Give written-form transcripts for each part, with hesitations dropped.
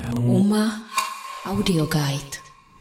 UMA Audio Guide.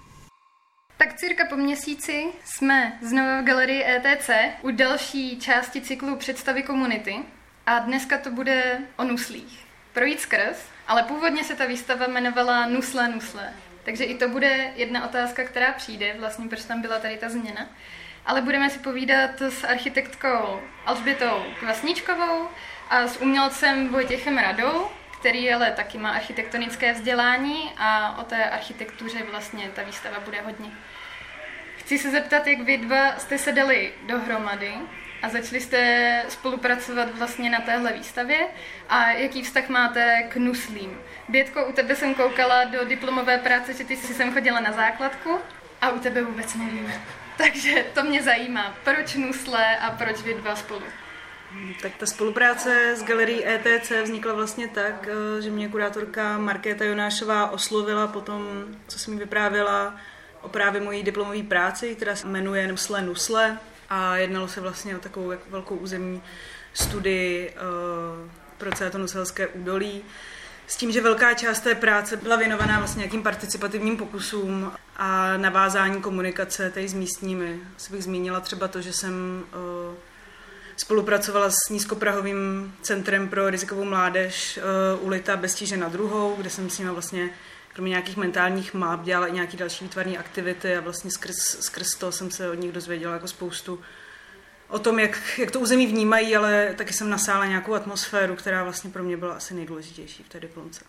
Tak cirka po měsíci jsme znovu v galerii ETC u další části cyklu představy komunity a dneska to bude o nuslích. Projít skrz, ale původně se ta výstava jmenovala Nusle. Takže i to bude jedna otázka, která přijde, vlastně proč tam byla tady ta změna. Ale budeme si povídat s architektkou Alžbětou Kvasničkovou a s umělcem Vojtěchem Radou, který ale taky má architektonické vzdělání a o té architektuře vlastně ta výstava bude hodně. Chci se zeptat, jak vy dva jste se dali dohromady a začali jste spolupracovat vlastně na téhle výstavě a jaký vztah máte k nuslím. Bětko, u tebe jsem koukala do diplomové práce, že ty jsi sem chodila na základku a u tebe vůbec nevím. Takže to mě zajímá, proč nusle a proč vy dva spolu? Tak ta spolupráce s galerií ETC vznikla vlastně tak, že mě kurátorka Markéta Jonášová oslovila po tom, co jsem jí vyprávěla o právě mojí diplomové práci, která se jmenuje Nusle a jednalo se vlastně o takovou jako velkou územní studii pro celé to nuselské údolí. S tím, že velká část té práce byla věnovaná vlastně nějakým participativním pokusům a navázání komunikace tady s místními. Asi bych zmínila třeba to, že jsem spolupracovala s Nízkoprahovým centrem pro rizikovou mládež Ulita Bez tíže na druhou, kde jsem s nimi vlastně kromě nějakých mentálních map dělala i nějaké další výtvarné aktivity a vlastně skrz to jsem se od nich dozvěděla jako spoustu o tom, jak to území vnímají, ale taky jsem nasála nějakou atmosféru, která vlastně pro mě byla asi nejdůležitější v té diplomce.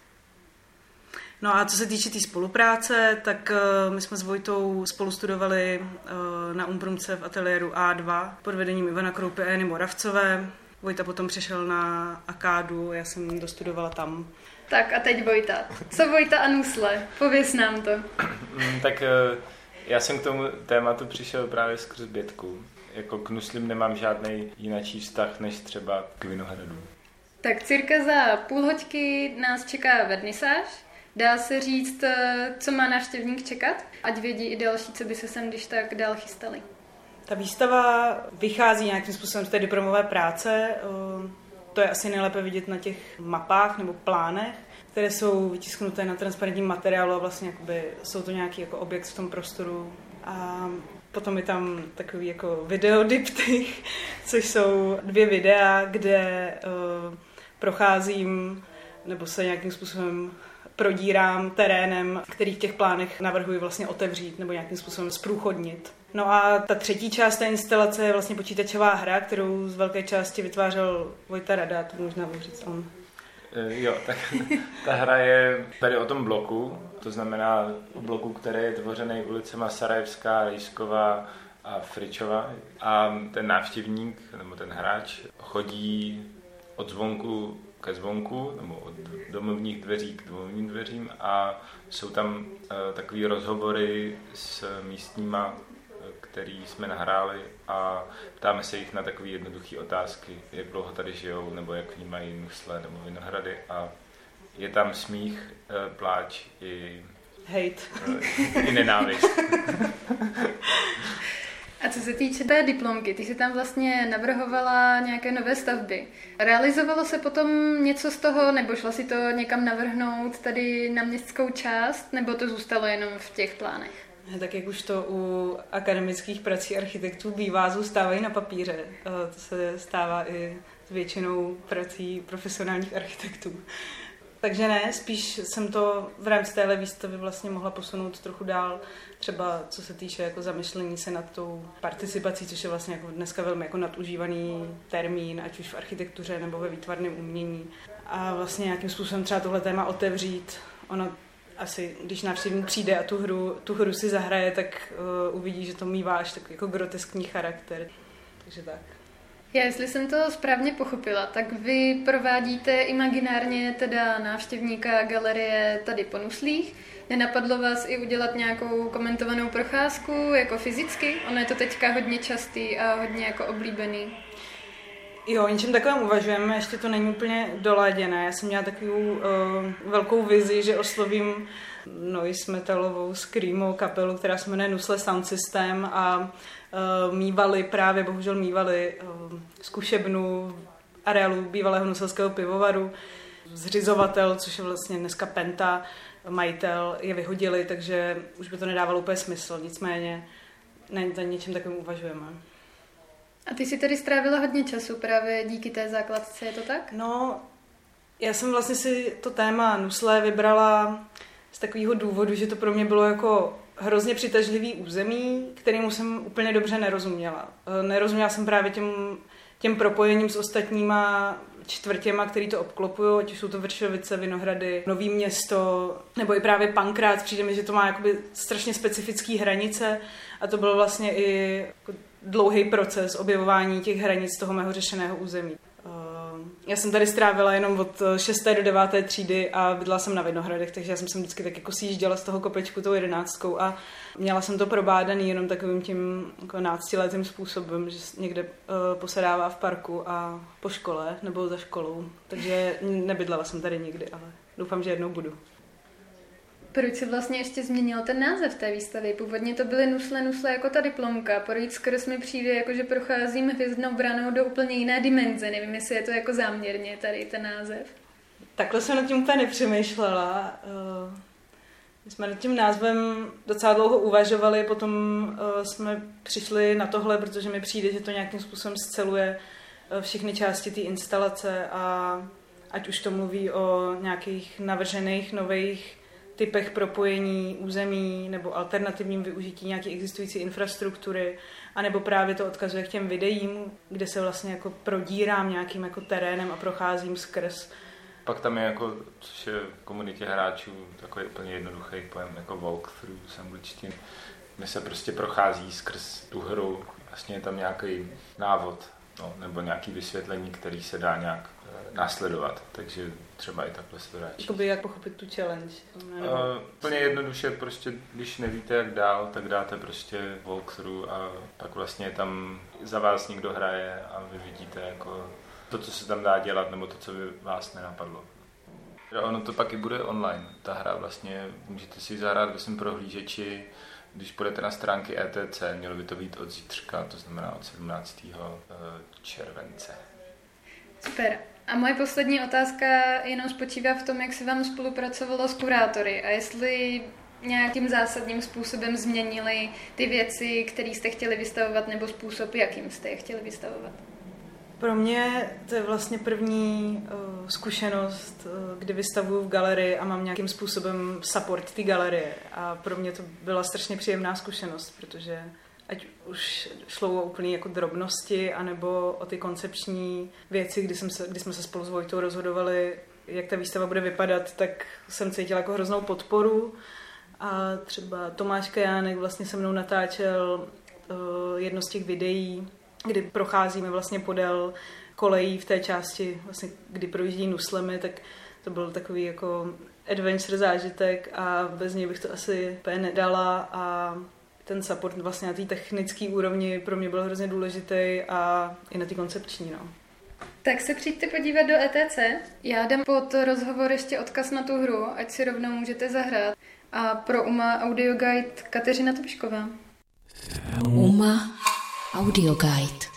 No a co se týče té spolupráce, tak my jsme s Vojtou spolu studovali na Umbrumce v ateliéru A2 pod vedením Ivana Kroupy a Jany Moravcové. Vojta potom přešel na Akádu, já jsem dostudovala tam. Tak a teď Vojta. Co Vojta a nusle? Pověz nám to. Tak já jsem k tomu tématu přišel právě skrz Bětku. Jako k nuslím nemám žádný jiný vztah než třeba k Vinohradu. Tak cirka za půl hoďky nás čeká vernisáž. Dá se říct, co má návštěvník čekat? Ať vědí i další, co by se sem když tak dál chystali. Ta výstava vychází nějakým způsobem z té diplomové práce. To je asi nejlépe vidět na těch mapách nebo plánech, které jsou vytisknuté na transparentním materiálu a vlastně jakoby jsou to nějaký jako objekt v tom prostoru. A potom je tam takový jako videodiptych, což jsou 2 videa, kde procházím nebo se nějakým způsobem prodírám terénem, který v těch plánech navrhuji vlastně otevřít nebo nějakým způsobem zprůchodnit. No a ta třetí část té instalace je vlastně počítačová hra, kterou z velké části vytvářel Vojta Rada, to možná budu říct on. Jo, tak ta hra je tady o tom bloku, to znamená o bloku, který je tvořený ulicema Sarajevská, Rejsková a Fričova. A ten návštěvník, nebo ten hráč, chodí od zvonku ke zvonku, nebo od domovních dveří k domovním dveřím a jsou tam takový rozhovory s místníma, který jsme nahráli a ptáme se jich na takové jednoduché otázky, jak dlouho tady žijou, nebo jak vnímají nusle nebo Vinohrady a je tam smích, pláč i hate. I nenávist. A co se týče té diplomky, ty jsi tam vlastně navrhovala nějaké nové stavby. Realizovalo se potom něco z toho, nebo šla si to někam navrhnout tady na městskou část, nebo to zůstalo jenom v těch plánech? Tak jak už to u akademických prací architektů bývá, zůstávají na papíře. To se stává i s většinou prací profesionálních architektů. Takže ne, spíš jsem to v rámci téhle výstavy vlastně mohla posunout trochu dál, třeba co se týče jako zamyšlení se nad tou participací, což je vlastně jako dneska velmi jako nadužívaný termín, ať už v architektuře nebo ve výtvarném umění. A vlastně nějakým způsobem třeba tohle téma otevřít. Ono asi, když návštěvník přijde a tu hru si zahraje, tak uvidí, že to mívá až takový jako groteskní charakter. Takže tak. Já, jestli jsem to správně pochopila, tak vy provádíte imaginárně teda návštěvníka galerie tady po nuslích. Nenapadlo vás i udělat nějakou komentovanou procházku jako fyzicky? Ono je to teďka hodně častý a hodně jako oblíbený. Jo, něčem takovém uvažujeme, ještě to není úplně doladěné. Já jsem měla takovou velkou vizi, že oslovím noise metalovou screamovou kapelu, která se jmenuje Nusle Sound System a bohužel mívali zkušebnu areálu bývalého nuselského pivovaru zřizovatel, což je vlastně dneska Penta, majitel, je vyhodili, takže už by to nedávalo úplně smysl. Nicméně na něčem takovým uvažujeme. A ty si tady strávila hodně času právě díky té základce, je to tak? No, já jsem vlastně si to téma nusle vybrala z takového důvodu, že to pro mě bylo jako hrozně přitažlivý území, kterému jsem úplně dobře nerozuměla. Nerozuměla jsem právě těm propojením s ostatníma čtvrtěma, který to obklopují, ať už jsou to Vršovice, Vinohrady, Nový Město, nebo i právě Pankrác. Přijde mi, že to má jakoby strašně specifické hranice a to byl vlastně i jako dlouhý proces objevování těch hranic toho mého řešeného území. Já jsem tady strávila jenom od 6. do 9. třídy a bydlela jsem na Vinohradech, takže já jsem sem vždycky tak jako sjížděla z toho kopečku tou 11. a měla jsem to probádaný jenom takovým tím jako 11letým způsobem, že někde posedává v parku a po škole nebo za školou. Takže nebydlela jsem tady nikdy, ale doufám, že jednou budu. Proč se vlastně ještě změnil ten název té výstavy? Původně to byly nusle jako ta diplomka. Projít skrz mi přijde, jako že procházím hvězdnou branou do úplně jiné dimenze. Nevím, jestli je to jako záměrně tady ten název. Takhle jsem nad tím úplně nepřemýšlela. My jsme nad tím názvem docela dlouho uvažovali, potom jsme přišli na tohle, protože mi přijde, že to nějakým způsobem sceluje všechny části té instalace a ať už to mluví o nějakých navržených nových typech propojení území nebo alternativním využití nějaké existující infrastruktury, anebo právě to odkazuje k těm videím, kde se vlastně jako prodírám nějakým jako terénem a procházím skrz. Pak tam je jako, což je v komunitě hráčů takový úplně jednoduchý pojem, jako walkthrough z angličtiny, kde se prostě prochází skrz tu hru, vlastně je tam nějaký návod, no, nebo nějaký vysvětlení, který se dá nějak následovat, takže třeba i takhle se to dá číst. Jakoby jak pochopit tu challenge? Úplně jednoduše, prostě když nevíte jak dál, tak dáte prostě walkthrough a pak vlastně tam za vás někdo hraje a vy vidíte jako to, co se tam dá dělat, nebo to, co by vás nenapadlo. Ono to pak i bude online. Ta hra vlastně, můžete si zahrát ve svém prohlížeči, když půjdete na stránky ETC, mělo by to být od zítřka, to znamená od 17. července. Super. A moje poslední otázka jenom spočívá v tom, jak se vám spolupracovalo s kurátory a jestli nějakým zásadním způsobem změnili ty věci, které jste chtěli vystavovat, nebo způsob, jakým jste je chtěli vystavovat. Pro mě to je vlastně první zkušenost, kdy vystavuju v galerii a mám nějakým způsobem support té galerie. A pro mě to byla strašně příjemná zkušenost, protože ať už šlo o úplný jako drobnosti, anebo o ty koncepční věci, kdy jsme se spolu s Vojtou rozhodovali, jak ta výstava bude vypadat, tak jsem cítila jako hroznou podporu. A třeba Tomáš Kajánek vlastně se mnou natáčel jedno z těch videí, kdy procházíme vlastně podél kolejí v té části, vlastně, kdy projíždí nuslemi, tak to byl takový jako adventure zážitek a bez něj bych to asi úplně nedala a ten support vlastně na té technické úrovni pro mě byl hrozně důležitý a i na té koncepční. No. Tak se přijďte podívat do ETC. Já dám pod rozhovor ještě odkaz na tu hru, ať si rovnou můžete zahrát. A pro UMA Audio Guide Kateřina Topšková. UMA Audio Guide.